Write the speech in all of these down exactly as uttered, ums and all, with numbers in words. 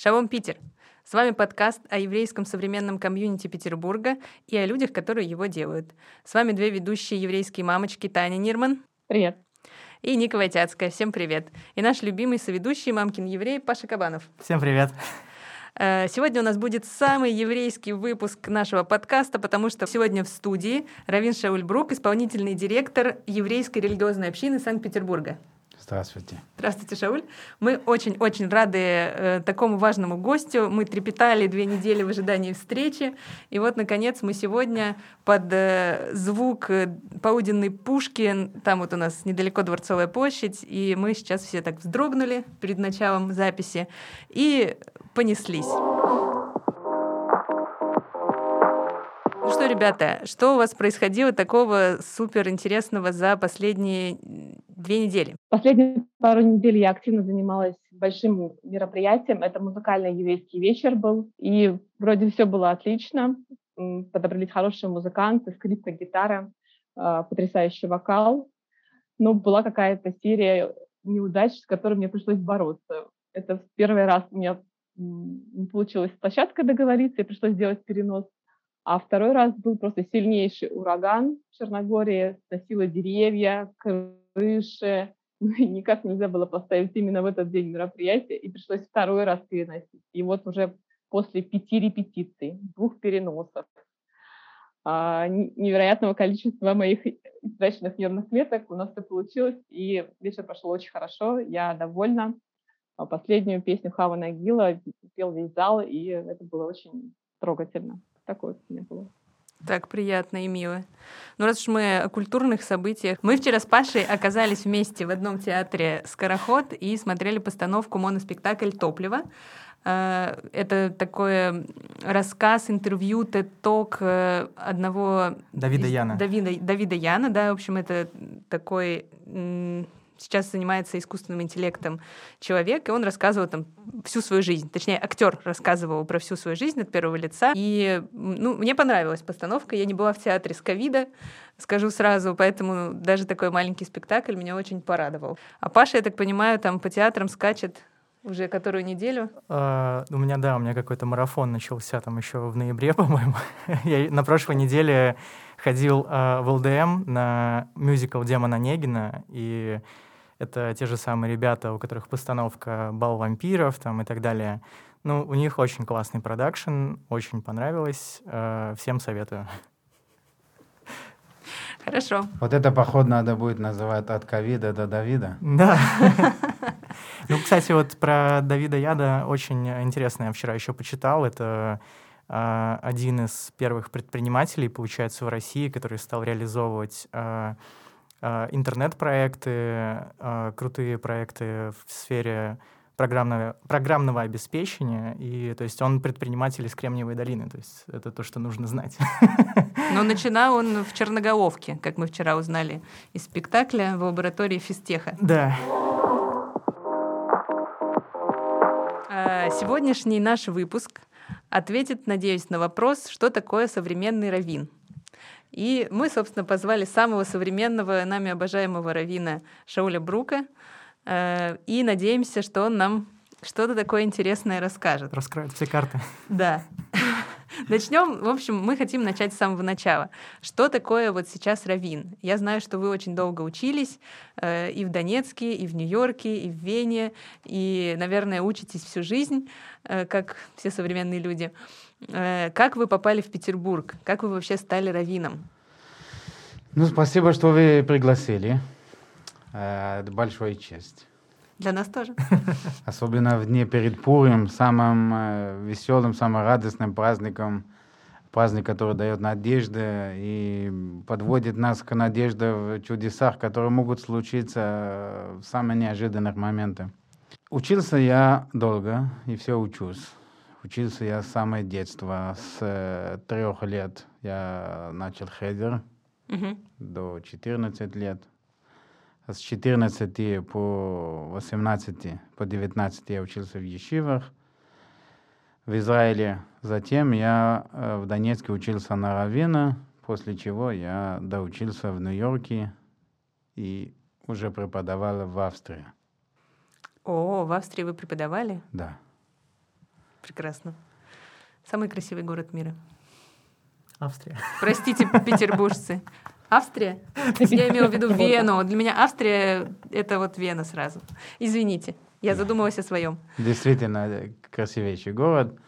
Шалом, Питер! С вами подкаст о еврейском современном комьюнити Петербурга и о людях, которые его делают. С вами две ведущие еврейские мамочки Таня Нирман. Привет. И Ника Войтяцкая. Всем привет. И наш любимый соведущий мамкин еврей Паша Кабанов. Всем привет. Сегодня у нас будет самый еврейский выпуск нашего подкаста, потому что сегодня в студии Раввин Шауль Брук, исполнительный директор еврейской религиозной общины Санкт-Петербурга. Здравствуйте. Здравствуйте, Шауль. Мы очень-очень рады э, такому важному гостю. Мы трепетали две недели в ожидании встречи. И вот, наконец, мы сегодня под э, звук э, полуденной пушки, там вот у нас недалеко Дворцовая площадь, и мы сейчас все так вздрогнули перед началом записи и понеслись. Ну что, ребята, что у вас происходило такого суперинтересного за последние две недели? Последние пару недель я активно занималась большим мероприятием. Это музыкальный еврейский вечер был. И вроде все было отлично. Подобрались хорошие музыканты, скрипка, гитара, потрясающий вокал. Но была какая-то серия неудач, с которой мне пришлось бороться. Это в первый раз у меня не получилось с площадкой договориться, и пришлось сделать перенос. А второй раз был просто сильнейший ураган в Черногории, сносило деревья, крыши. Никак нельзя было поставить именно в этот день мероприятие, и пришлось второй раз переносить. И вот уже после пяти репетиций, двух переносов, невероятного количества моих истраченных нервных клеток у нас все получилось, и вечер прошел очень хорошо, я довольна. Последнюю песню Хава Нагила пел весь зал, и это было очень трогательно. Такое у меня было. Так приятно и мило. Ну, раз уж мы о культурных событиях. Мы вчера с Пашей оказались вместе в одном театре «Скороход» и смотрели постановку моноспектакль «Топливо». Это такой рассказ, интервью, тед-ток одного... Давида Яна. Давида, Давида Яна, да, в общем, это такой... сейчас занимается искусственным интеллектом человек, и он рассказывал там всю свою жизнь. Точнее, актер рассказывал про всю свою жизнь от первого лица. И ну, мне понравилась постановка. Я не была в театре с ковида, скажу сразу, поэтому даже такой маленький спектакль меня очень порадовал. А Паша, я так понимаю, там по театрам скачет уже которую неделю? Uh, у меня, да, у меня какой-то марафон начался там еще в ноябре, по-моему. Я на прошлой неделе ходил uh, в эл дэ эм на мюзикл «Демон Онегина», и это те же самые ребята, у которых постановка «Бал вампиров» там, и так далее. Ну, у них очень классный продакшн, очень понравилось. Uh, всем советую. Хорошо. Вот это, походу, надо будет называть «От ковида до Давида». Да. Ну, кстати, вот про Давида Яда очень интересно я вчера еще почитал. Это э, один из первых предпринимателей, получается, в России, который стал реализовывать э, э, интернет-проекты, э, крутые проекты в сфере программного, программного обеспечения. И, то есть он предприниматель из Кремниевой долины. То есть это то, что нужно знать. Но начинал он в Черноголовке, как мы вчера узнали из спектакля в лаборатории физтеха. Да. Сегодняшний наш выпуск ответит, надеюсь, на вопрос, что такое современный раввин. И мы, собственно, позвали самого современного, нами обожаемого раввина Шауля Брука, и надеемся, что он нам что-то такое интересное расскажет. Раскроет все карты. Да. Начнем, в общем, мы хотим начать с самого начала. Что такое вот сейчас раввин? Я знаю, что вы очень долго учились э, и в Донецке, и в Нью-Йорке, и в Вене, и, наверное, учитесь всю жизнь, э, как все современные люди. Э, как вы попали в Петербург? Как вы вообще стали раввином? Ну, спасибо, что вы пригласили. Э, это большая честь. Для нас тоже. Особенно в дни перед Пурим, самым э, веселым, самым радостным праздником, праздник, который дает надежду и подводит нас к надежде в чудесах, которые могут случиться в самые неожиданных моментах. Учился я долго и все учусь. Учился я с самого детства, с э, трех лет я начал хедер Угу. до четырнадцати лет. С четырнадцати по восемнадцать, по девятнадцать я учился в ешивах в Израиле. Затем я в Донецке учился на раввина, после чего я доучился в Нью-Йорке и уже преподавал в Австрии. О, в Австрии вы преподавали? Да. Прекрасно. Самый красивый город мира. Австрия. Простите, петербуржцы. Австрия? Я имела в виду Вену. Для меня Австрия — это вот Вена сразу. Извините, я задумалась о своем. Действительно красивейший город.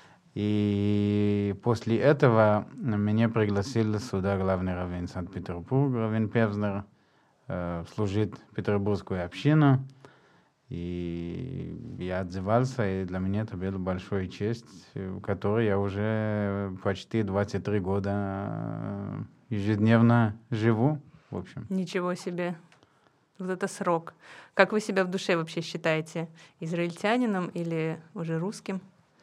И после этого меня пригласил сюда главный раввин Санкт-Петербурга, раввин Певзнер, служить петербургскую общину. И я отзывался, и для меня это была большая честь, в которой я уже почти двадцать три года ежедневно живу, в общем. Ничего себе. Вот это срок. Как вы себя в душе вообще считаете? Израильтянином или уже русским?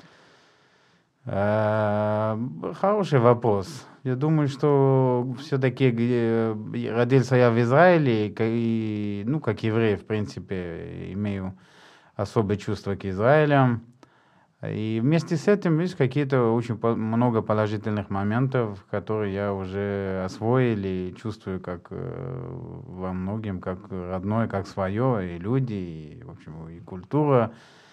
Хороший вопрос. Я думаю, что все-таки родился я в Израиле, и, ну, как еврей, в принципе, имею особое чувство к Израилю. И вместе с этим есть какие-то очень много положительных моментов, которые я уже освоил и чувствую как во многим, как родное, как свое, и люди, и, в общем, и культура.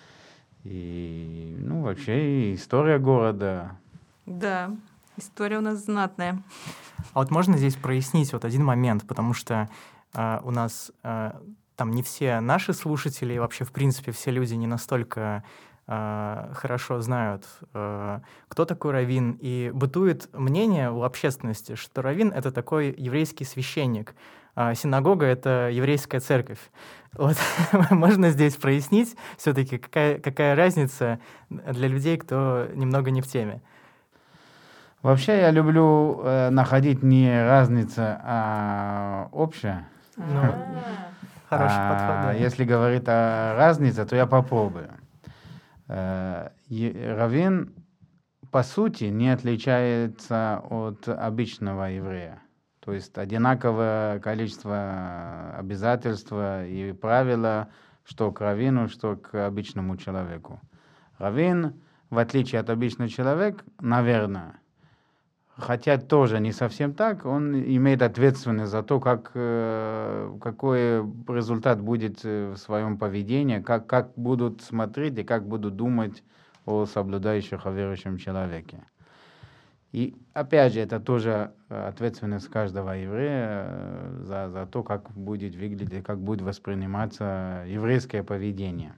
И, ну, вообще, и история города. Да, история у нас знатная. А вот можно здесь прояснить вот один момент, потому что э, у нас э, там не все наши слушатели, и вообще, в принципе, все люди не настолько э, хорошо знают, э, кто такой раввин. И бытует мнение у общественности, что раввин — это такой еврейский священник, а синагога — это еврейская церковь. Вот можно здесь прояснить все-таки, какая, какая разница для людей, кто немного не в теме? Вообще я люблю э, находить не разницу, а общее. Ну, хороший а, подход. Да. Если говорить о разнице, то я попробую. Э, раввин, по сути, не отличается от обычного еврея. То есть одинаковое количество обязательств и правил, что к раввину, что к обычному человеку. Раввин, в отличие от обычного человека, наверное, хотя тоже не совсем так, он имеет ответственность за то, как, какой результат будет в своем поведении, как, как будут смотреть и как будут думать о соблюдающих, о верующем человеке. И опять же, это тоже ответственность каждого еврея за, за то, как будет выглядеть, как будет восприниматься еврейское поведение.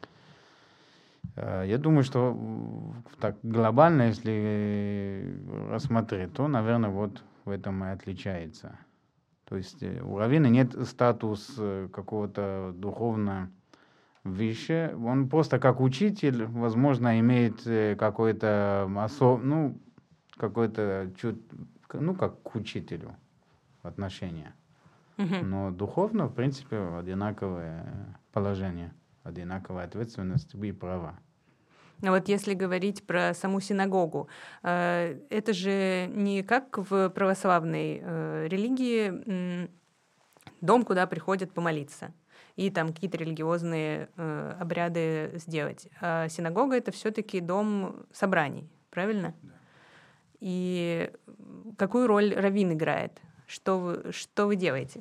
Я думаю, что так глобально, если рассмотреть, то, наверное, вот в этом и отличается. То есть у раввина нет статуса какого-то духовного выше, он просто как учитель, возможно, имеет какой-то особый, ну, какой-то, ну, как к учителю отношение. Uh-huh. Но духовно, в принципе, одинаковое положение, одинаковая ответственность и права. Но вот если говорить про саму синагогу, это же не как в православной религии дом, куда приходят помолиться и там какие-то религиозные обряды сделать. А синагога — это все-таки дом собраний, правильно? Да. И какую роль раввин играет? Что вы, что вы делаете?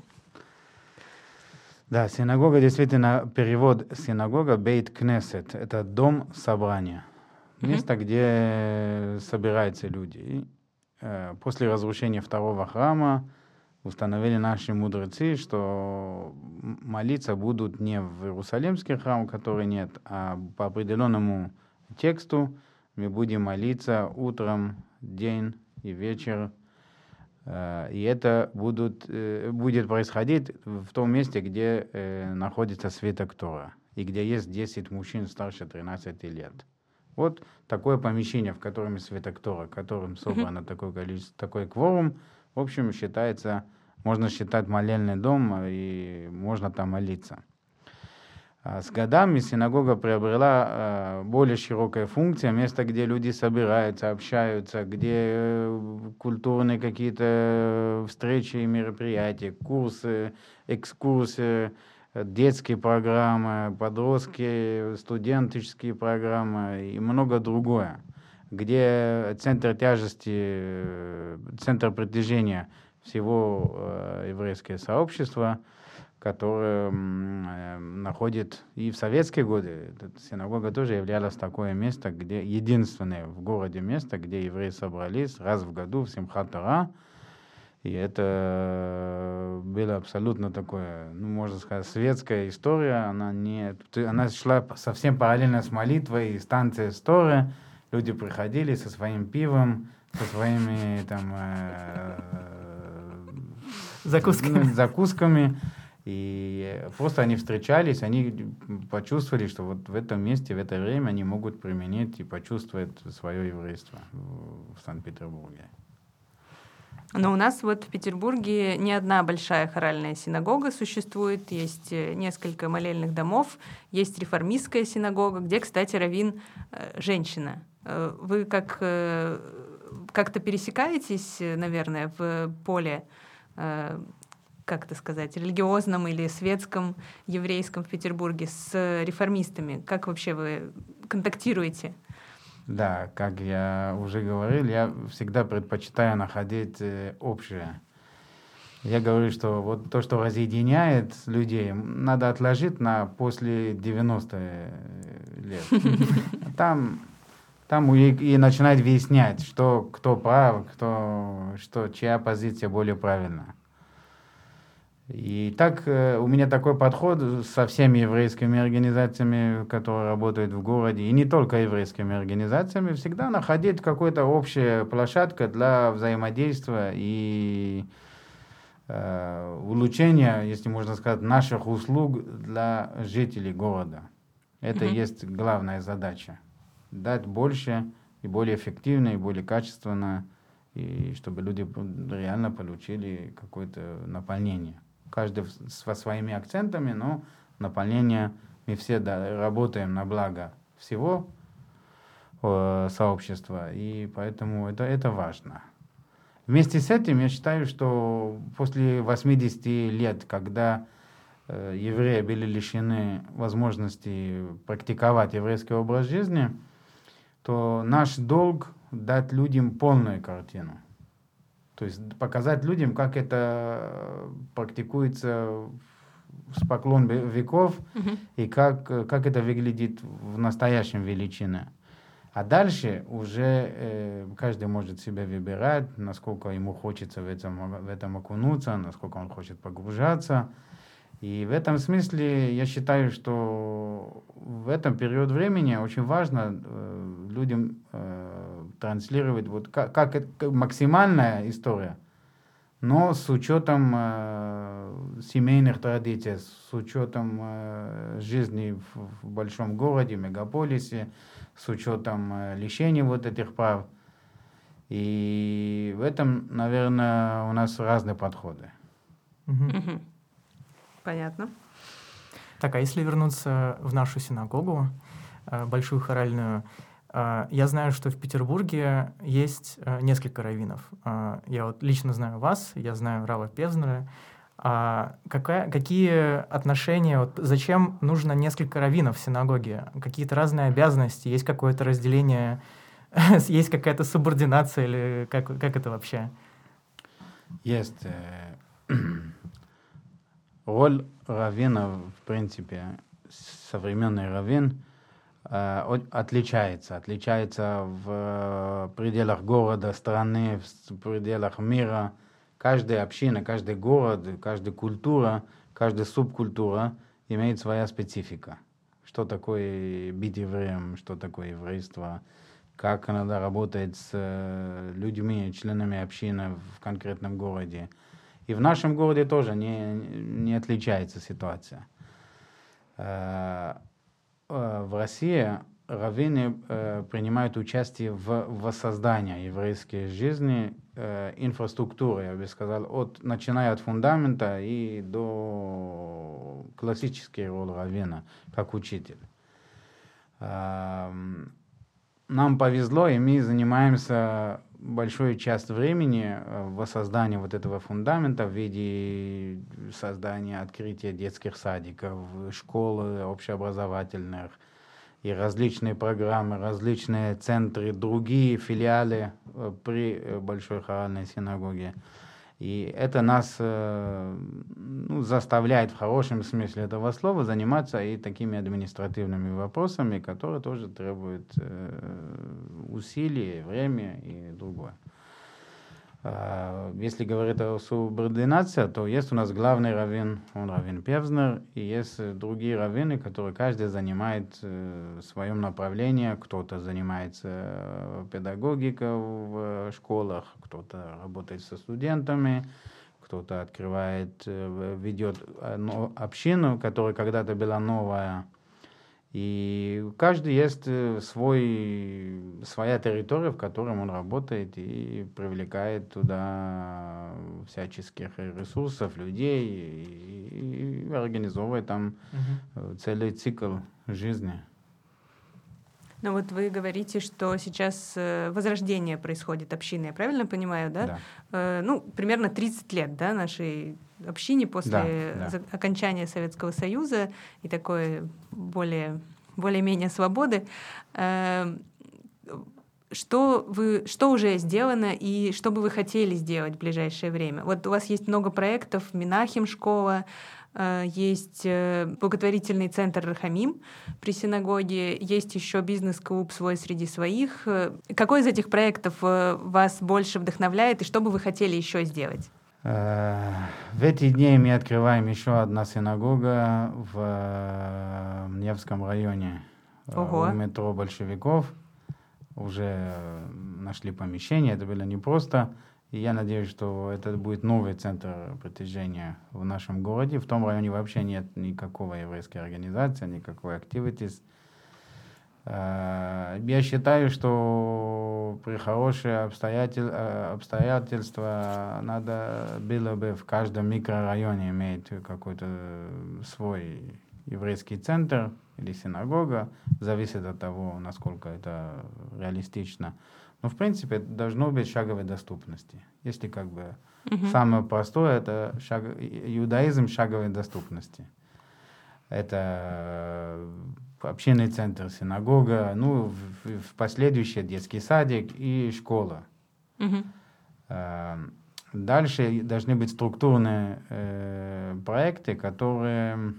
Да, синагога действительно, перевод синагога, бейт кнесет, это дом собрания, место, mm-hmm. где собираются люди. И, э, после разрушения второго храма установили наши мудрецы, что молиться будут не в Иерусалимский храм, который нет, а по определенному тексту мы будем молиться утром, день и вечер. И это будут, будет происходить в том месте, где находится свиток Тора, и где есть десять мужчин старше тринадцати лет. Вот такое помещение, в котором свиток Тора, в котором собрано mm-hmm. такое количество, такой кворум, в общем, считается, можно считать молельный дом, и можно там молиться. С годами синагога приобрела более широкая функция, место, где люди собираются, общаются, где культурные какие-то встречи и мероприятия, курсы, экскурсии, детские программы, подростки, студенческие программы и много другое, где центр тяжести, центр притяжения всего еврейского сообщества которая э, находит и в советские годы. Эта синагога тоже являлась такое место, где единственное в городе место, где евреи собрались раз в году в Симхат Тора. И это было абсолютно такое, ну, можно сказать, светская история. Она, не, она шла совсем параллельно с молитвой, станция Торы. Люди приходили со своим пивом, со своими там э, закусками. Ну, закусками. И просто они встречались, они почувствовали, что вот в этом месте, в это время они могут применить и почувствовать свое еврейство в Санкт-Петербурге. Но у нас вот в Петербурге не одна большая хоральная синагога существует, есть несколько молельных домов, есть реформистская синагога, где, кстати, раввин э, женщина. Э, вы как, э, как-то пересекаетесь, наверное, в поле, э, как это сказать, религиозном или светском, еврейском в Петербурге с реформистами? Как вообще вы контактируете? Да, как я уже говорил, я всегда предпочитаю находить э, общее. Я говорю, что вот то, что разъединяет людей, надо отложить на после девяностых лет. Там, там и, и начинать выяснять, что, кто прав, кто, что, чья позиция более правильная. И так э, у меня такой подход со всеми еврейскими организациями, которые работают в городе, и не только еврейскими организациями, всегда находить какую-то общую площадку для взаимодействия и э, улучшения, если можно сказать, наших услуг для жителей города. Это mm-hmm. есть главная задача. Дать больше и более эффективно, и более качественно, и чтобы люди реально получили какое-то наполнение. Каждый со своими акцентами, но наполнение мы все да, работаем на благо всего э, сообщества, и поэтому это, это важно. Вместе с этим я считаю, что после восьмидесяти лет, когда э, евреи были лишены возможности практиковать еврейский образ жизни, то наш долг дать людям полную картину. То есть показать людям, как это практикуется с поклон веков mm-hmm. и как, как это выглядит в настоящем величине. А дальше уже э, каждый может себя выбирать, насколько ему хочется в этом, в этом окунуться, насколько он хочет погружаться. И в этом смысле я считаю, что в этом период времени очень важно э, людям э, транслировать вот как, как это максимальная история, но с учетом э, семейных традиций, с учетом э, жизни в, в большом городе, мегаполисе, с учетом э, лишения вот этих прав. И в этом, наверное, у нас разные подходы. Mm-hmm. Понятно. Так, а если вернуться в нашу синагогу, большую хоральную, я знаю, что в Петербурге есть несколько раввинов. Я вот лично знаю вас, я знаю Рава Певзнера. А какая, какие отношения, вот зачем нужно несколько раввинов в синагоге? Какие-то разные обязанности, есть какое-то разделение, есть какая-то субординация или как, как это вообще? Есть. Роль раввина, в принципе, современный раввин э, отличается. Отличается в пределах города, страны, в пределах мира. Каждая община, каждый город, каждая культура, каждая субкультура имеет своя специфика. Что такое быть евреем, что такое еврейство, как надо работать с людьми, членами общины в конкретном городе. И в нашем городе тоже не, не отличается ситуация. В России раввины принимают участие в воссоздании еврейской жизни, инфраструктуры, я бы сказал, от, начиная от фундамента и до классической роли раввина, как учитель. Нам повезло, и мы занимаемся большую часть времени в воссоздании вот этого фундамента в виде создания, открытия детских садиков, школ общеобразовательных и различные программы, различные центры, другие филиалы при Большой хоральной синагоге. И это нас ну, заставляет в хорошем смысле этого слова заниматься и такими административными вопросами, которые тоже требуют усилий, времени и другое. Если говорить о субординации, то есть у нас главный раввин, он раввин Певзнер, и есть другие раввины, которые каждый занимает в своем направлении. Кто-то занимается педагогикой в школах, кто-то работает со студентами, кто-то открывает, ведет общину, которая когда-то была новая. И у каждого есть свой, своя территория, в которой он работает и привлекает туда всяческих ресурсов, людей и, и организовывает там угу. целый цикл жизни. Ну вот вы говорите, что сейчас возрождение происходит общины, я правильно понимаю, да? Да. Э, ну, примерно тридцать лет, да, нашей общине после да, да. окончания Советского Союза и такой более, более-менее свободы. Э, что, вы, что уже сделано и что бы вы хотели сделать в ближайшее время? Вот у вас есть много проектов, Менахем школа, есть благотворительный центр Рахамим при синагоге, есть еще бизнес-клуб «Свой среди своих». Какой из этих проектов вас больше вдохновляет и что бы вы хотели еще сделать? В эти дни мы открываем еще одна синагога в Невском районе. Ого. У метро Большевиков. Уже нашли помещение, это было непросто. И я надеюсь, что это будет новый центр притяжения в нашем городе. В том районе вообще нет никакого еврейской организации, никакой activities. Я считаю, что при хороших обстоятельствах надо было бы в каждом микрорайоне иметь какой-то свой еврейский центр или синагога. Зависит от того, насколько это реалистично. Но, в принципе, должно быть шаговой доступности. Если как бы uh-huh. самое простое, это шаг... иудаизм шаговой доступности. Это общинный центр, синагога, ну, в, в последующий детский садик и школа. Uh-huh. Дальше должны быть структурные э, проекты, которые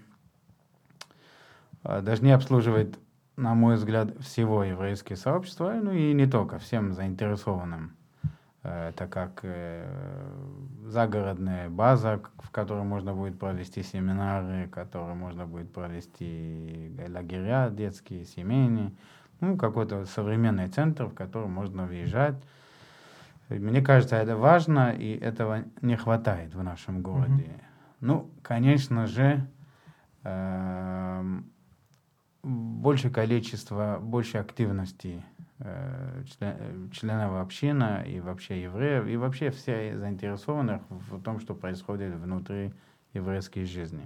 должны обслуживать, на мой взгляд, всего еврейского сообщества, ну и не только, всем заинтересованным. Это как э, загородная база, в которой можно будет провести семинары, в которой можно будет провести лагеря детские, семейные, ну, какой-то современный центр, в который можно въезжать. Мне кажется, это важно, и этого не хватает в нашем городе. Mm-hmm. Ну, конечно же, э, больше количества, больше активности э, член, членов общины и вообще евреев, и вообще все заинтересованных в том, что происходит внутри еврейской жизни.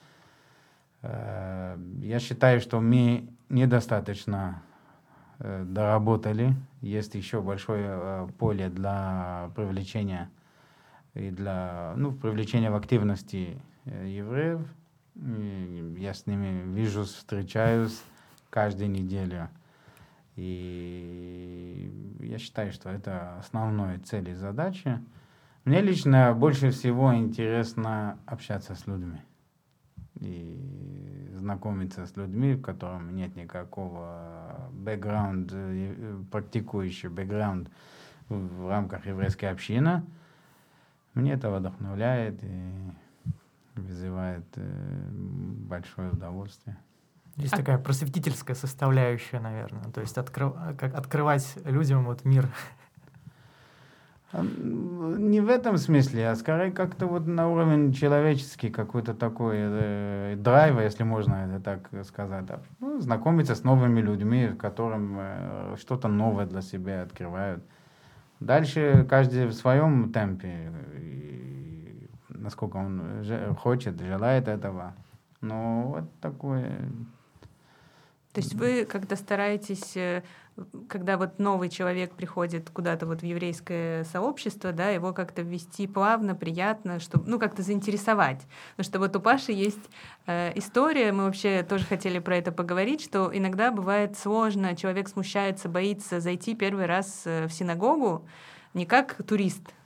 Э, я считаю, что мы недостаточно э, доработали. Есть еще большое э, поле для привлечения и для ну, привлечения в активности э, евреев. Я с ними вижусь, встречаюсь каждую неделю. И я считаю, что это основная цель и задача. Мне лично больше всего интересно общаться с людьми. И знакомиться с людьми, в котором нет никакого бэкграунда, практикующего бэкграунда в рамках еврейской общины. Мне это вдохновляет и вызывает э, большое удовольствие. Есть а... такая просветительская составляющая, наверное, то есть откры... как открывать людям вот мир. Не в этом смысле, а скорее как-то вот на уровень человеческий какой-то такой э, драйва, если можно это так сказать. Ну, знакомиться с новыми людьми, которым э, что-то новое для себя открывают. Дальше каждый в своем темпе. Насколько он хочет, желает этого. Но вот такое... То есть вы, когда стараетесь, когда вот новый человек приходит куда-то вот в еврейское сообщество, да, его как-то ввести плавно, приятно, чтобы, ну, как-то заинтересовать. Потому что вот у Паши есть э, история, мы вообще тоже хотели про это поговорить, что иногда бывает сложно, человек смущается, боится зайти первый раз в синагогу не как турист,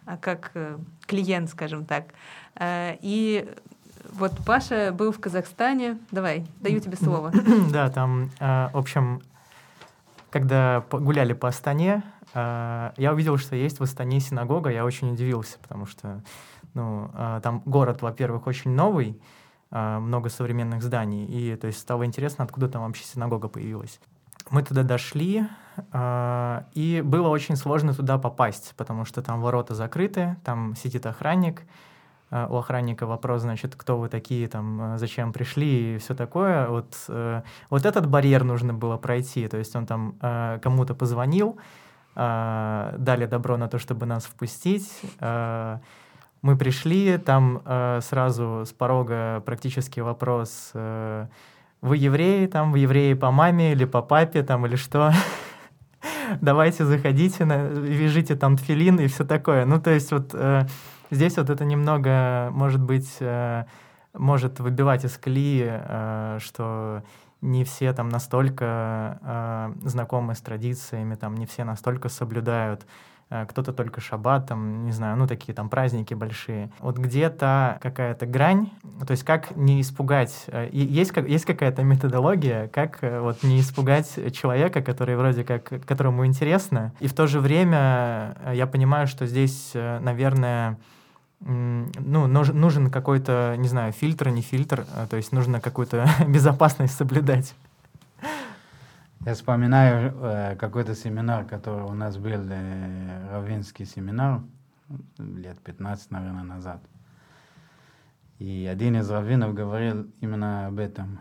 а как э, клиент, скажем так. Э, и вот Паша был в Казахстане. Давай, даю тебе слово. Да, там, э, в общем, когда гуляли по Астане, э, я увидел, что есть в Астане синагога. Я очень удивился, потому что ну, э, там город, во-первых, очень новый, э, много современных зданий, и то есть стало интересно, откуда там вообще синагога появилась. Мы туда дошли, э, и было очень сложно туда попасть, потому что там ворота закрыты, там сидит охранник. Э, у охранника вопрос, значит, кто вы такие, там, зачем пришли и все такое. Вот, э, вот этот барьер нужно было пройти, то есть он там э, кому-то позвонил, э, дали добро на то, чтобы нас впустить. Э, мы пришли, там э, сразу с порога практически вопрос... Э, вы евреи, там, вы евреи по маме или по папе, там, или что? Давайте заходите, на, вяжите там тфилин и все такое. Ну, то есть вот э, здесь вот это немного, может быть, э, может выбивать из колеи, э, что не все там настолько э, знакомы с традициями, там, не все настолько соблюдают. Кто-то только шаббат, там, не знаю, ну, такие там праздники большие. Вот где-то какая-то грань, то есть как не испугать, есть, есть какая-то методология, как вот не испугать человека, который вроде как, которому интересно, и в то же время я понимаю, что здесь, наверное, ну, нужен какой-то, не знаю, фильтр, не фильтр, то есть нужно какую-то безопасность соблюдать. Я вспоминаю э, какой-то семинар, который у нас был, э, раввинский семинар, лет пятнадцать, наверное, назад. И один из раввинов говорил именно об этом.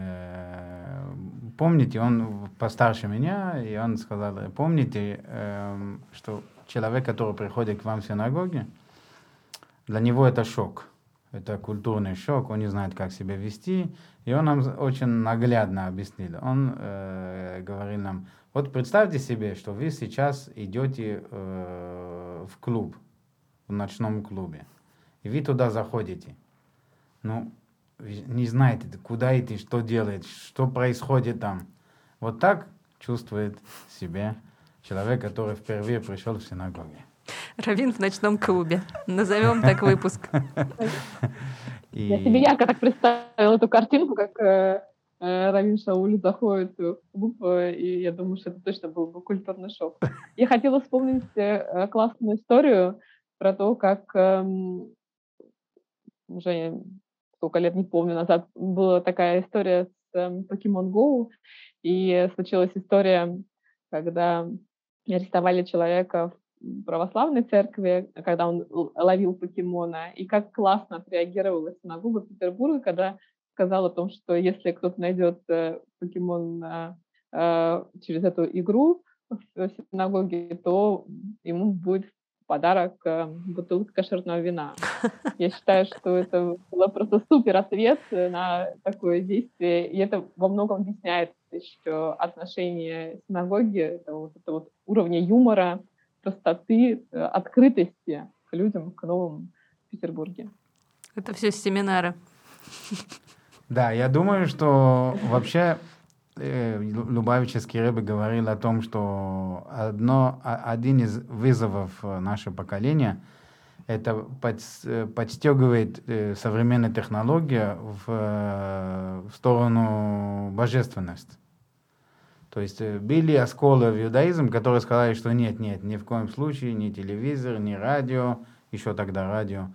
Э, помните, он постарше меня, и он сказал, помните, э, что человек, который приходит к вам в синагоге, для него это шок. Это культурный шок, он не знает, как себя вести. И он нам очень наглядно объяснил. Он э, говорил нам, вот представьте себе, что вы сейчас идете э, в клуб, в ночном клубе, и вы туда заходите. Ну, вы не знаете, куда идти, что делать, что происходит там. Вот так чувствует себя человек, который впервые пришел в синагогу. Раввин в ночном клубе. Назовем так выпуск. И... Я себе ярко так представила эту картинку, как э, э, Раввин Шауль заходит в клуб, э, и я думаю, что это точно был бы культурный шок. Я хотела вспомнить э, классную историю про то, как э, уже сколько лет, не помню, назад была такая история с э, Pokemon Go, и случилась история, когда арестовали человека в православной церкви, когда он ловил покемона, и как классно отреагировала синагога Петербурга, когда сказала о том, что если кто-то найдет покемон через эту игру в синагоге, то ему будет в подарок бутылка кошерного вина. Я считаю, что это был просто супер ответ на такое действие, и это во многом объясняет еще отношение синагоги, это вот, это вот уровня юмора, простоты, открытости к людям, к новым в Петербурге. Это все с семинара. Да, я думаю, что вообще э, Любавический Ребе говорил о том, что одно, один из вызовов нашего поколения это под, подстегивает э, современная технология в, в сторону божественности. То есть были осколы в иудаизм, которые сказали, что нет, нет, ни в коем случае ни телевизор, ни радио, еще тогда радио,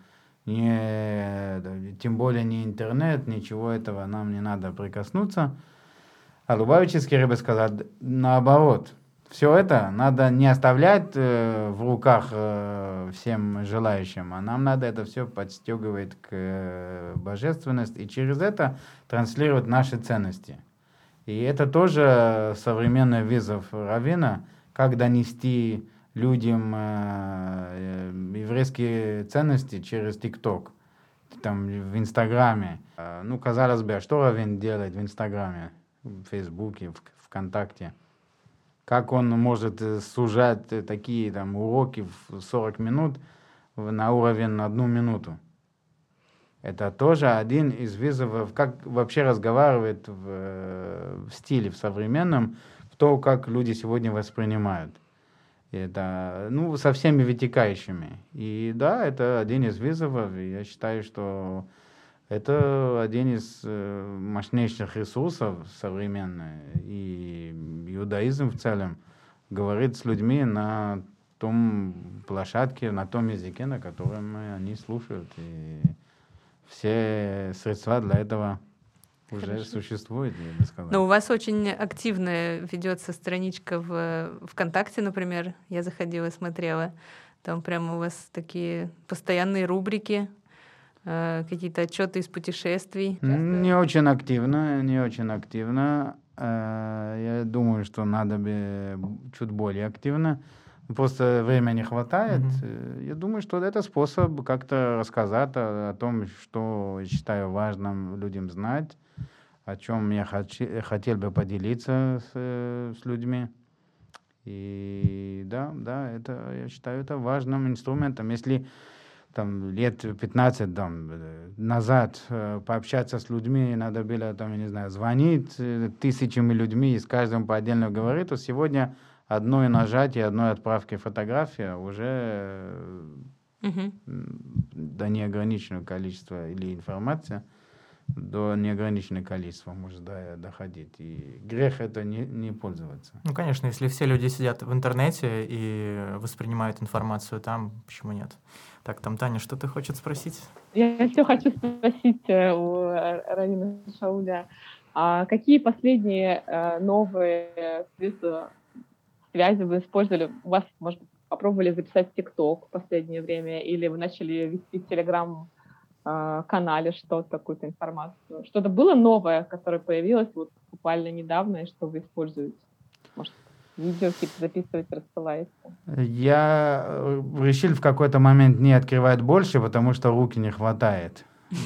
ни, тем более не интернет, ничего этого нам не надо прикоснуться. А Любавический Ребе сказал, наоборот, все это надо не оставлять э, в руках э, всем желающим, а нам надо это все подстегивать к э, божественности и через это транслировать наши ценности. И это тоже современный вызов раввина, как донести людям э, еврейские ценности через ТикТок, там, в Инстаграме. Ну, казалось бы, а что раввин делает в Инстаграме, в Фейсбуке, в ВКонтакте? Как он может сужать такие там уроки в сорок минут на уровень на одну минуту? Это тоже один из вызовов, как вообще разговаривает в, в стиле, в современном, в то, как люди сегодня воспринимают. Это, ну, со всеми вытекающими. И да, это один из вызовов. И я считаю, что это один из э, мощнейших ресурсов современных. И иудаизм в целом говорит с людьми на том площадке, на том языке, на котором они слушают. И все средства для этого уже Хорошо. существуют, я бы сказал. Но у вас очень активно ведется страничка в ВКонтакте, например. Я заходила и смотрела. Там прямо у вас такие постоянные рубрики, э, какие-то отчеты из путешествий. Не очень активно, не очень активно. Э, Я думаю, что надо бы чуть более активно. Просто времени не хватает. Мгм. Э, Я думаю, что это способ как-то рассказать о, о том, что я считаю важным людям знать, о чем я хочу, хотел бы поделиться с, э, с людьми. И да, да, это, я считаю, это важным инструментом. Если там лет пятнадцать там, э, назад э, пообщаться с людьми, надо было, там, я не знаю, звонить э, тысячами людьми и с каждым по отдельно говорить, то сегодня одной нажатие, одной отправки фотографии уже э, Мгм. м, до неограниченного количества или информация, до неограниченного количества может до- доходить. И грех это не, не пользоваться. Ну, конечно, если все люди сидят в интернете и воспринимают информацию там, почему нет? Так, там Таня что-то хочет спросить? Я все хочу спросить э, у э, Равина Шауля, а какие последние э, новые средства связи вы использовали? У вас, может быть, попробовали записать ТикТок в последнее время, или вы начали вести в Телеграм-канале что-то, какую-то информацию? Что-то было новое, которое появилось вот буквально недавно, и что вы используете? Может, видео какие-то записываете, рассылаете? Я э, решил в какой-то момент не открывать больше, потому что руки не хватает.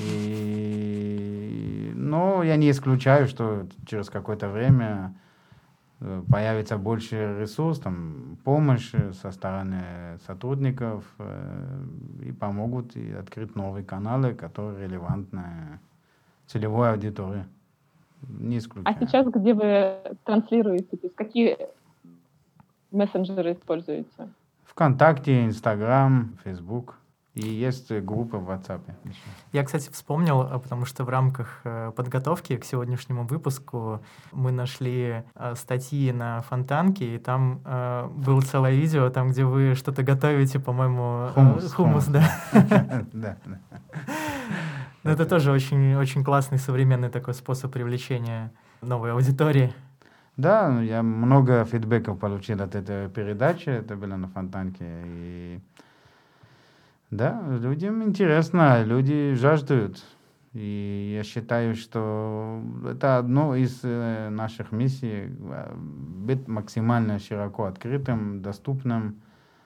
И... Но я не исключаю, что через какое-то время э, появится больше ресурс, там, помощь со стороны сотрудников э, и помогут и открыть новые каналы, которые релевантны целевой аудитории. Не А исключаю. сейчас где вы транслируете? То есть какие мессенджеры используете? ВКонтакте, Инстаграм, Фейсбук. И есть э, группа в WhatsApp. еще. Я, кстати, вспомнил, а, потому что в рамках э, подготовки к сегодняшнему выпуску мы нашли э, статьи на Фонтанке, и там э, было целое видео, там, где вы что-то готовите, по-моему, э, Хумус, хумус, хумус, да. Да, да. Но это тоже очень, очень классный современный такой способ привлечения новой аудитории. Да, ну, я много фидбэков получил от этой передачи, это было на Фонтанке. И да, людям интересно, люди жаждут. И я считаю, что это одно из э, наших миссий, э, быть максимально широко открытым, доступным.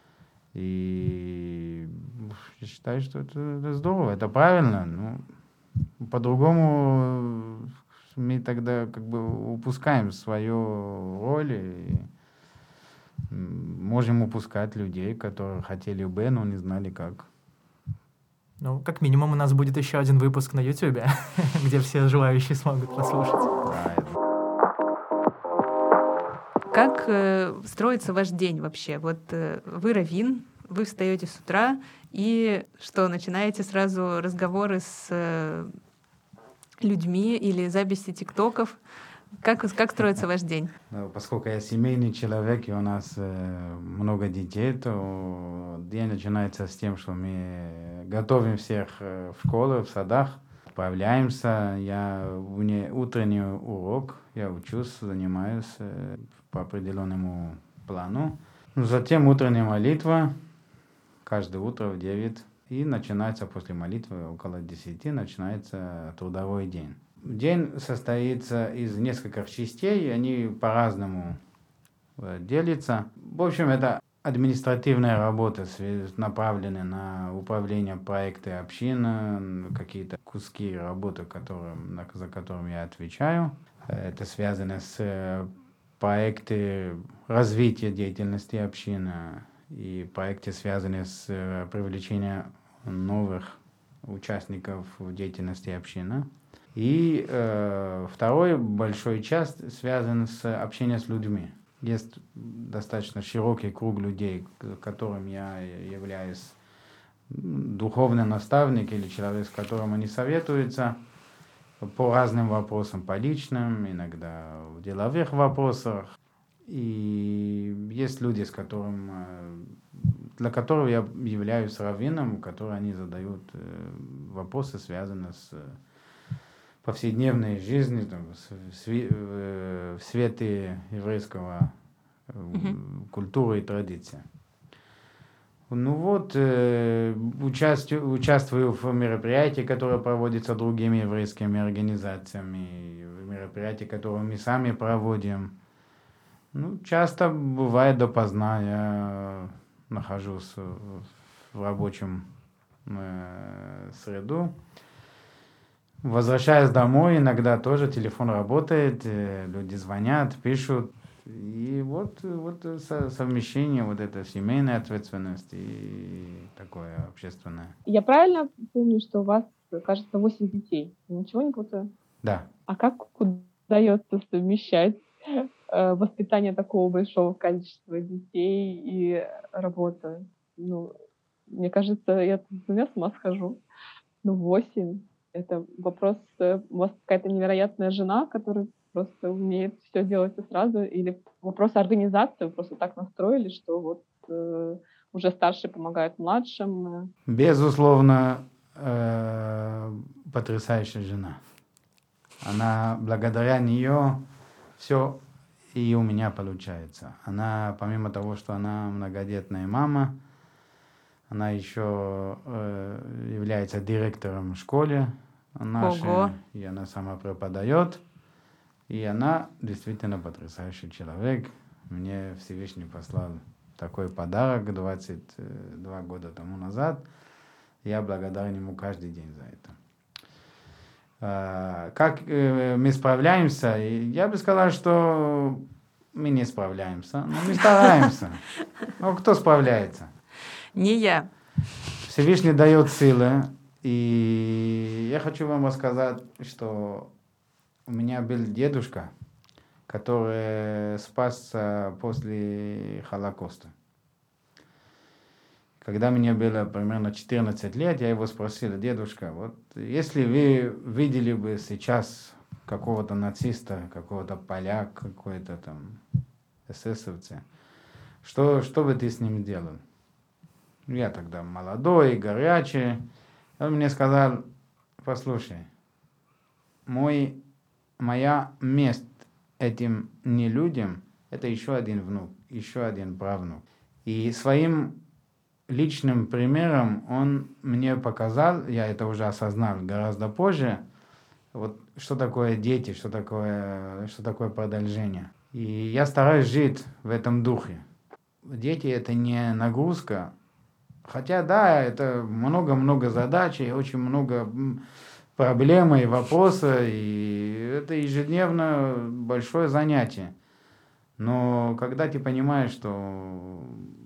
И я считаю, что это, это здорово, это правильно. Ну, по-другому мы тогда как бы упускаем свою роль и м, можем упускать людей, которые хотели бы, но не знали как. Ну, как минимум, у нас будет еще один выпуск на Ютубе, где все желающие смогут послушать. Да, это- Как э, строится ваш день вообще? Вот э, вы раввин, вы встаете с утра и что, начинаете сразу разговоры с э, людьми или записи тиктоков? Как, как строится ваш день? Ну, поскольку я семейный человек и у нас э, много детей, то день начинается с тем, что мы готовим всех э, в школы, в садах, отправляемся. Я у меня утренний урок, я учусь, занимаюсь э, по определенному плану. Ну, затем утренняя молитва, каждое утро в девять. И начинается после молитвы около десяти, начинается трудовой день. День состоится из нескольких частей, они по-разному э, делятся. В общем, это административная работа, све- направленная на управление проекта общины, какие-то куски работы, которые, на- за которыми я отвечаю. Э, Это связано с э, проектами развития деятельности общины и проекты, связанные с э, привлечением новых участников в деятельности общины. И э, второй большой часть связан с общением с людьми. есть достаточно широкий круг людей, которым я являюсь духовный наставник или человек, с которым они советуются по разным вопросам, по личным, иногда в деловых вопросах. И есть люди, с которым, для которых я являюсь раввином, которые они задают вопросы, связанные с повседневной жизнью, там, в свете еврейского mm-hmm. культуры и традиции. Ну вот, э, участию, участвую в мероприятии, которые проводятся другими еврейскими организациями, в мероприятии, которые мы сами проводим. Ну, часто бывает допоздна, я нахожусь в рабочем э, среду. Возвращаясь домой, иногда тоже телефон работает, э, люди звонят, пишут. И вот, вот совмещение вот этой семейной ответственности и такое общественное. Я правильно помню, что у вас, кажется, восемь детей? Ничего не путаю? Да. А как удается совмещать э, воспитание такого большого количества детей и работу? Ну, мне кажется, я с двумя с ума схожу. Ну, восемь. Это вопрос, у вас какая-то невероятная жена, которая просто умеет все делать и сразу, или вопрос организации, вы просто так настроили, что вот э, уже старший помогает младшим? Безусловно, э, потрясающая жена. Она, благодаря нее, все и у меня получается. Она, помимо того, что она многодетная мама, она еще э, является директором в школе нашей, Ого. И она сама преподает. И она действительно потрясающий человек. Мне Всевышний послал такой подарок двадцать два года тому назад. Я благодарен ему каждый день за это. А, как э, мы справляемся? Я бы сказал, что мы не справляемся, но мы стараемся. Ну, кто справляется? Не я. Всевышний дает силы. И я хочу вам рассказать, что у меня был дедушка, который спасся после Холокоста. Когда мне было примерно четырнадцать лет, я его спросил: дедушка, вот если вы видели бы сейчас какого-то нациста, какого-то поляка, какой-то там эсэсовца, что, что бы ты с ним делал? Я тогда молодой, горячий. Он мне сказал: послушай, мой Моя месть этим нелюдям — это еще один внук, еще один правнук. И своим личным примером он мне показал, я это уже осознал гораздо позже, вот что такое дети, что такое, что такое продолжение. И я стараюсь жить в этом духе. Дети — это не нагрузка, хотя да, это много-много задач и очень много проблемы и вопросы, и это ежедневно большое занятие. Но когда ты понимаешь, что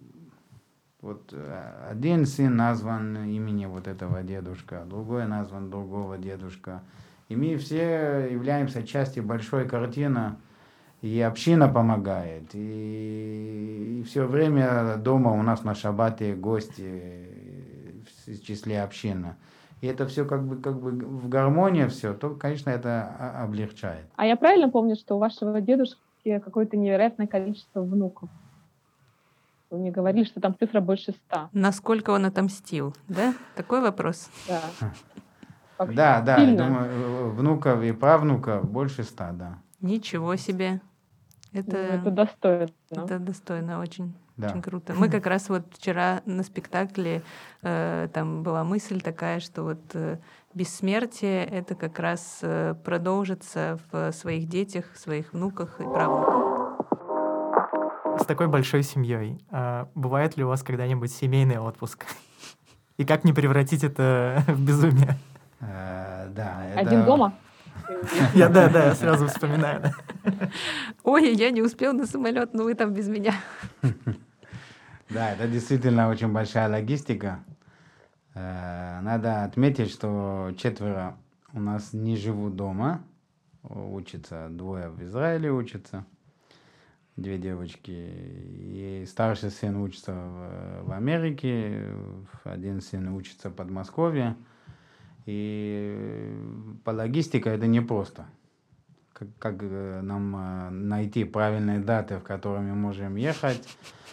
вот один сын назван имени вот этого дедушка, другой назван другого дедушка, и мы все являемся частью большой картины, и община помогает, и, и все время дома у нас на шаббате гости в числе общины. И это все как бы, как бы в гармонии все, то, конечно, это облегчает. А я правильно помню, что у вашего дедушки какое-то невероятное количество внуков? Вы мне говорили, что там цифра больше ста. Насколько он отомстил, да? Такой вопрос? Да. Да, да, я думаю, внуков и правнуков больше ста, да. Ничего себе. Это, это достойно. Это достойно, очень, да. очень круто. Мы как раз вот вчера на спектакле, э, там была мысль такая, что вот э, бессмертие — это как раз э, продолжится в своих детях, своих внуках и правнуках. С такой большой семьей э, бывает ли у вас когда-нибудь семейный отпуск? И как не превратить это в безумие? Да. Один дома? Я, да, да, я сразу вспоминаю. Ой, я не успел на самолет, но вы там без меня. Да, это действительно очень большая логистика. Надо отметить, что четверо у нас не живут дома, учатся, двое в Израиле учатся. две девочки. И старший сын учится в, в Америке, один сын учится в Подмосковье. И по логистике это непросто. Как, как нам найти правильные даты, в которые мы можем ехать.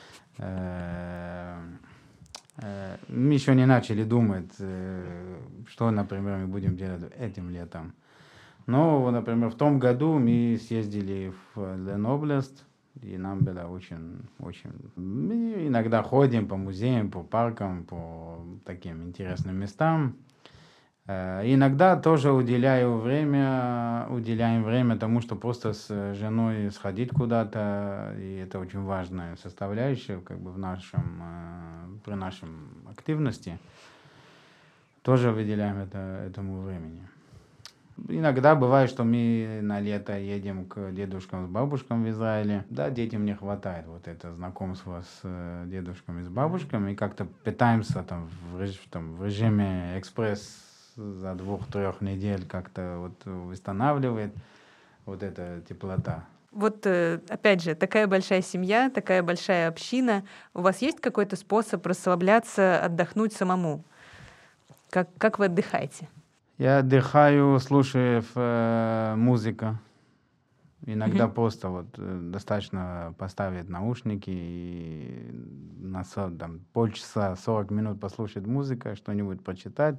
Мы еще не начали думать, что, например, мы будем делать этим летом. Но, например, в том году мы съездили в Ленобласть, и нам было очень, очень... Мы иногда ходим по музеям, по паркам, по таким интересным местам. Иногда тоже уделяю время, уделяем время тому, что просто с женой сходить куда-то, и это очень важная составляющая как бы в нашем, при нашем активности. Тоже выделяем это, этому времени. Иногда бывает, что мы на лето едем к дедушкам с бабушкам в Израиле. Да, детям не хватает вот это знакомство с дедушками, с бабушками, и как-то пытаемся там в, реж, там, в режиме экспресс за двух-трех недель как-то вот восстанавливает вот эта теплота. Вот опять же, такая большая семья, такая большая община. У вас есть какой-то способ расслабляться, отдохнуть самому? Как, как вы отдыхаете? Я отдыхаю, слушая э, музыку. Иногда mm-hmm. просто вот достаточно поставить наушники и на там, полчаса, сорок минут послушать музыку, что-нибудь почитать.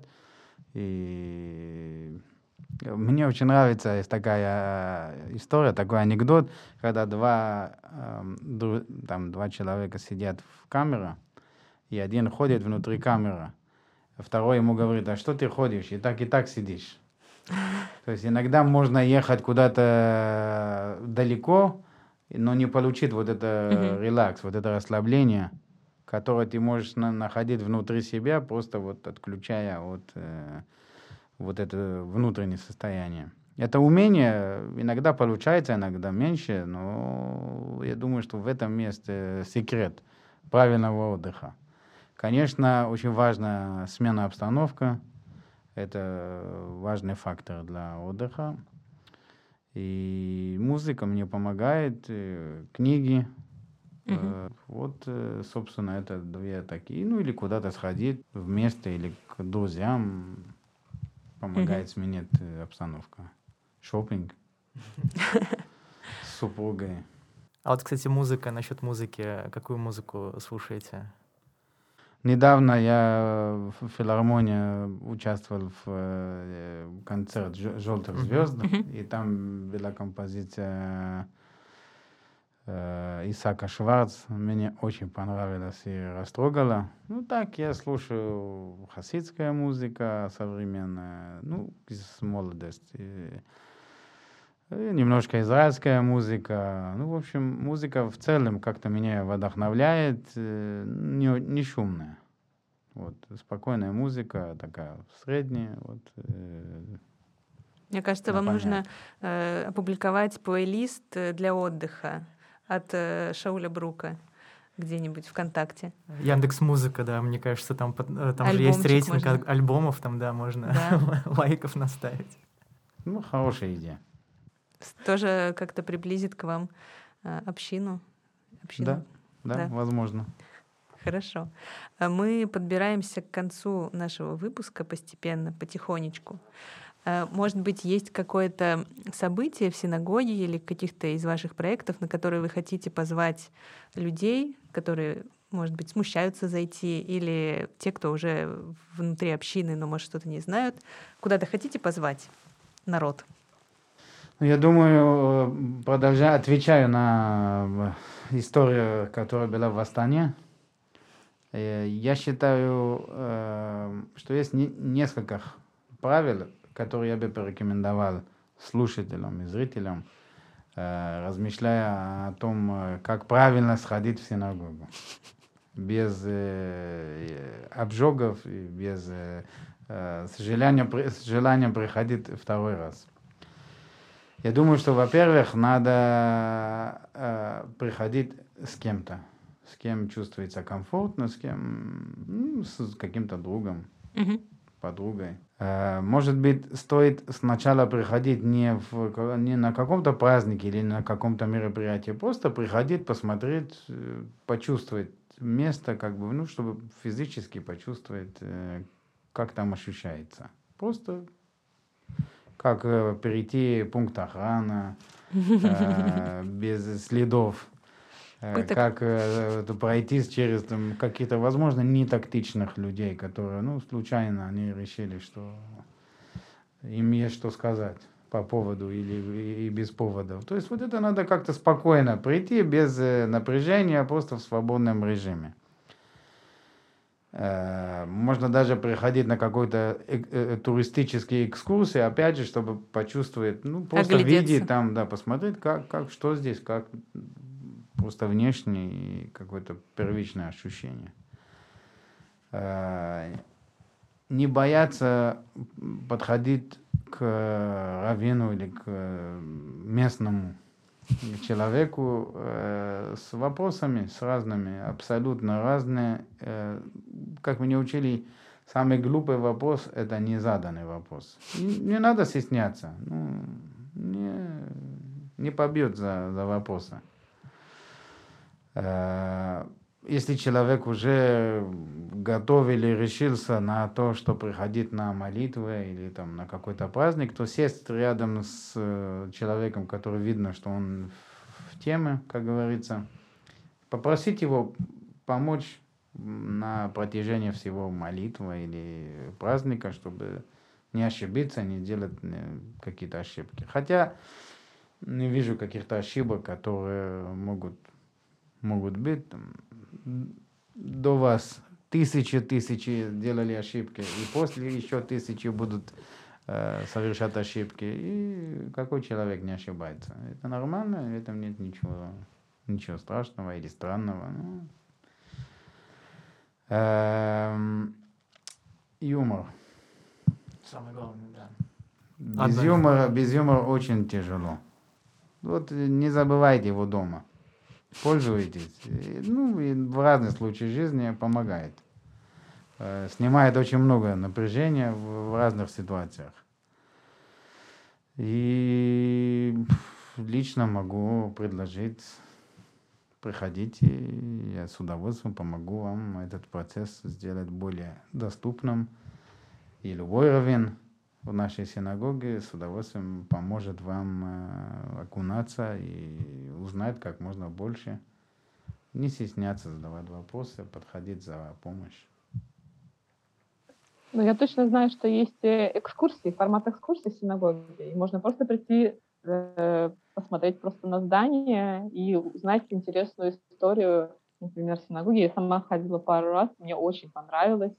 И мне очень нравится, есть такая история, такой анекдот, когда два, э, там, два человека сидят в камере, и один ходит внутри камеры, а второй ему говорит: а что ты ходишь, и так и так сидишь. То есть иногда можно ехать куда-то далеко, но не получить вот это mm-hmm. релакс, вот это расслабление, которое ты можешь на- находить внутри себя, просто вот отключая от э, вот это внутреннее состояние. Это умение иногда получается, иногда меньше, но я думаю, что в этом месте секрет правильного отдыха. Конечно, очень важна смена обстановки. Это важный фактор для отдыха. И музыка мне помогает, книги. Mm-hmm. Вот, собственно, это две такие. Ну, или куда-то сходить вместе, или к друзьям. Помогает mm-hmm. сменить обстановку. Шопинг с супругой. А вот, кстати, музыка, насчет музыки. Какую музыку слушаете? Недавно я в филармонии участвовал в э, концерт «Желтых звезд», mm-hmm. и там была композиция э, Исаака Шварц. Мне очень понравилась и растрогала. Ну так, я слушаю хасидская музыка современная, ну, с молодости. И немножко израильская музыка. Ну, в общем, музыка в целом как-то меня вдохновляет, не, не шумная. Вот, спокойная музыка, такая средняя. Вот, э, Мне кажется, вам понять. нужно э, опубликовать плейлист для отдыха от э, Шауля Брука где-нибудь ВКонтакте. Яндекс.Музыка, да, мне кажется, там, там же есть рейтинг можно. альбомов, там, да, можно да. лайков наставить. Ну, хорошая идея. Тоже как-то приблизит к вам э, общину. общину. Да, да, да, возможно. Хорошо. Мы подбираемся к концу нашего выпуска постепенно, потихонечку. Может быть, есть какое-то событие в синагоге или каких-то из ваших проектов, на которые вы хотите позвать людей, которые, может быть, смущаются зайти, или те, кто уже внутри общины, но, может, что-то не знают, куда-то хотите позвать народ? Я думаю, продолжая, отвечаю на историю, которая была в Астане. Я считаю, что есть несколько правил, которые я бы порекомендовал слушателям и зрителям, размышляя о том, как правильно сходить в синагогу. Без обжогов и без желания, желания приходить второй раз. Я думаю, что, во-первых, надо э, приходить с кем-то, с кем чувствуется комфортно, с кем, ну, с каким-то другом. Mm-hmm. подругой. Может быть, стоит сначала приходить не, в, не на каком-то празднике или на каком-то мероприятии, просто приходить, посмотреть, почувствовать место, как бы, ну, чтобы физически почувствовать, как там ощущается. Просто как перейти пункт охраны без следов. Пыток. Как э, пройти через там, каких-то, возможно, нетактичных людей, которые, ну, случайно они решили, что им есть что сказать по поводу или и, и без поводов. То есть вот это надо как-то спокойно прийти, без э, напряжения, просто в свободном режиме. Э, можно даже приходить на какой-то э, э, туристический экскурсии, опять же, чтобы почувствовать, ну, просто видеть там, да, посмотреть, как, как, что здесь, как... Просто внешнее и какое-то первичное ощущение. Не бояться подходить к раввину или к местному человеку с вопросами, с разными, абсолютно разные. Как меня учили, самый глупый вопрос – это незаданный вопрос. Не надо стесняться. Ну, не, не побьет за, за вопросы. Если человек уже готов или решился на то, что приходить на молитвы или там, на какой-то праздник, то сесть рядом с человеком, который видно, что он в теме, как говорится, попросить его помочь на протяжении всего молитвы или праздника, чтобы не ошибиться, не делать какие-то ошибки. Хотя не вижу каких-то ошибок, которые могут могут быть. Там, до вас тысячи тысячи делали ошибки, и после еще тысячи будут э, совершать ошибки. И какой человек не ошибается? Это нормально, в этом нет ничего, ничего страшного или странного. Ну, эм, юмор. Самое главное, да. Без Одна. юмора, без юмора очень тяжело. Вот не забывайте его дома. Пользуйтесь. Ну, и в разных случаях жизни помогает. Снимает очень много напряжения в разных ситуациях. И лично могу предложить, приходите, я с удовольствием помогу вам этот процесс сделать более доступным. И любой раввин в нашей синагоге с удовольствием поможет вам э, окунаться и узнать как можно больше. Не стесняться задавать вопросы, подходить за помощью. Ну, я точно знаю, что есть экскурсии, формат экскурсии в синагоге. И можно просто прийти, э, посмотреть просто на здание и узнать интересную историю, например, синагоги. Я сама ходила пару раз, мне очень понравилось.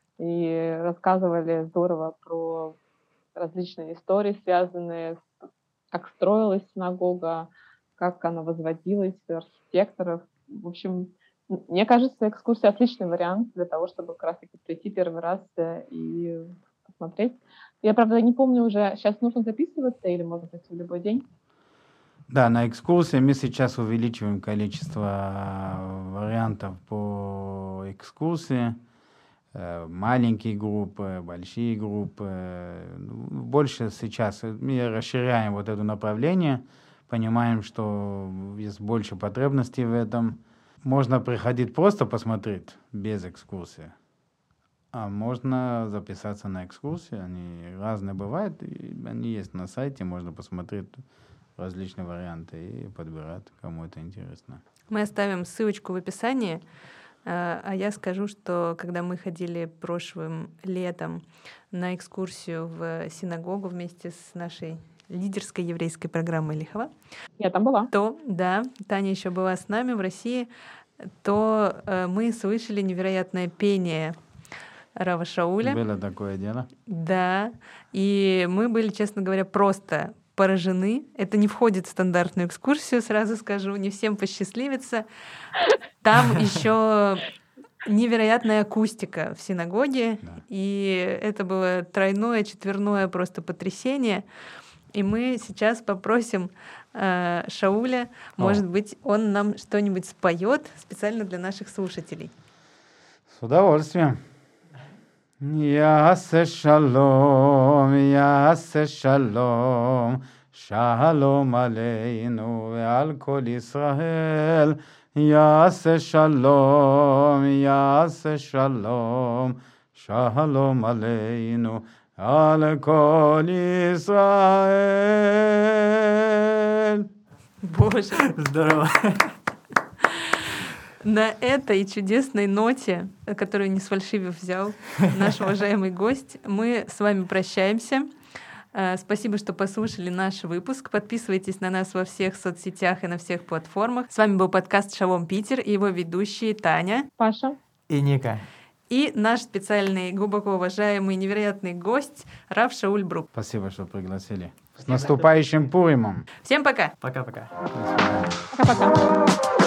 И рассказывали здорово про различные истории, связанные с как строилась синагога, как она возводилась, архитекторов. В общем, мне кажется, экскурсия отличный вариант для того, чтобы как раз-таки прийти первый раз и посмотреть. Я, правда, не помню уже, сейчас нужно записываться или можно прийти в любой день? Да, на экскурсии мы сейчас увеличиваем количество вариантов по экскурсии. Маленькие группы, большие группы. Больше сейчас мы расширяем вот это направление, понимаем, что есть больше потребностей в этом. Можно приходить просто посмотреть без экскурсии, а можно записаться на экскурсии. Они разные бывают, и они есть на сайте, можно посмотреть различные варианты и подбирать, кому это интересно. Мы оставим ссылочку в описании. А я скажу, что когда мы ходили прошлым летом на экскурсию в синагогу вместе с нашей лидерской еврейской программой Лихова, я там была. То, да, Таня еще была с нами в России, то э, мы слышали невероятное пение Рава Шауля. Было такое дело. Да, и мы были, честно говоря, просто поражены. Это не входит в стандартную экскурсию, сразу скажу, не всем посчастливится. Там еще невероятная акустика в синагоге, да. И это было тройное, четверное просто потрясение. И мы сейчас попросим э, Шауля, О. может быть, он нам что-нибудь споет специально для наших слушателей. С удовольствием. יעשה שלום, יעשה שלום, שלום עלינו ועל כל ישראל. יעשה שלום, יעשה שלום, שלום עלינו על כל ישראל. Боже. Здорово. На этой чудесной ноте, которую не сфальшивив взял наш уважаемый гость, мы с вами прощаемся. Спасибо, что послушали наш выпуск. Подписывайтесь на нас во всех соцсетях и на всех платформах. С вами был подкаст «Шалом Питер» и его ведущие Таня, Паша И Ника. и наш специальный, глубоко уважаемый, невероятный гость Рав Шауль Брук. Спасибо, что пригласили. С наступающим Пуримом. Всем пока! Пока-пока. До свидания. пока-пока.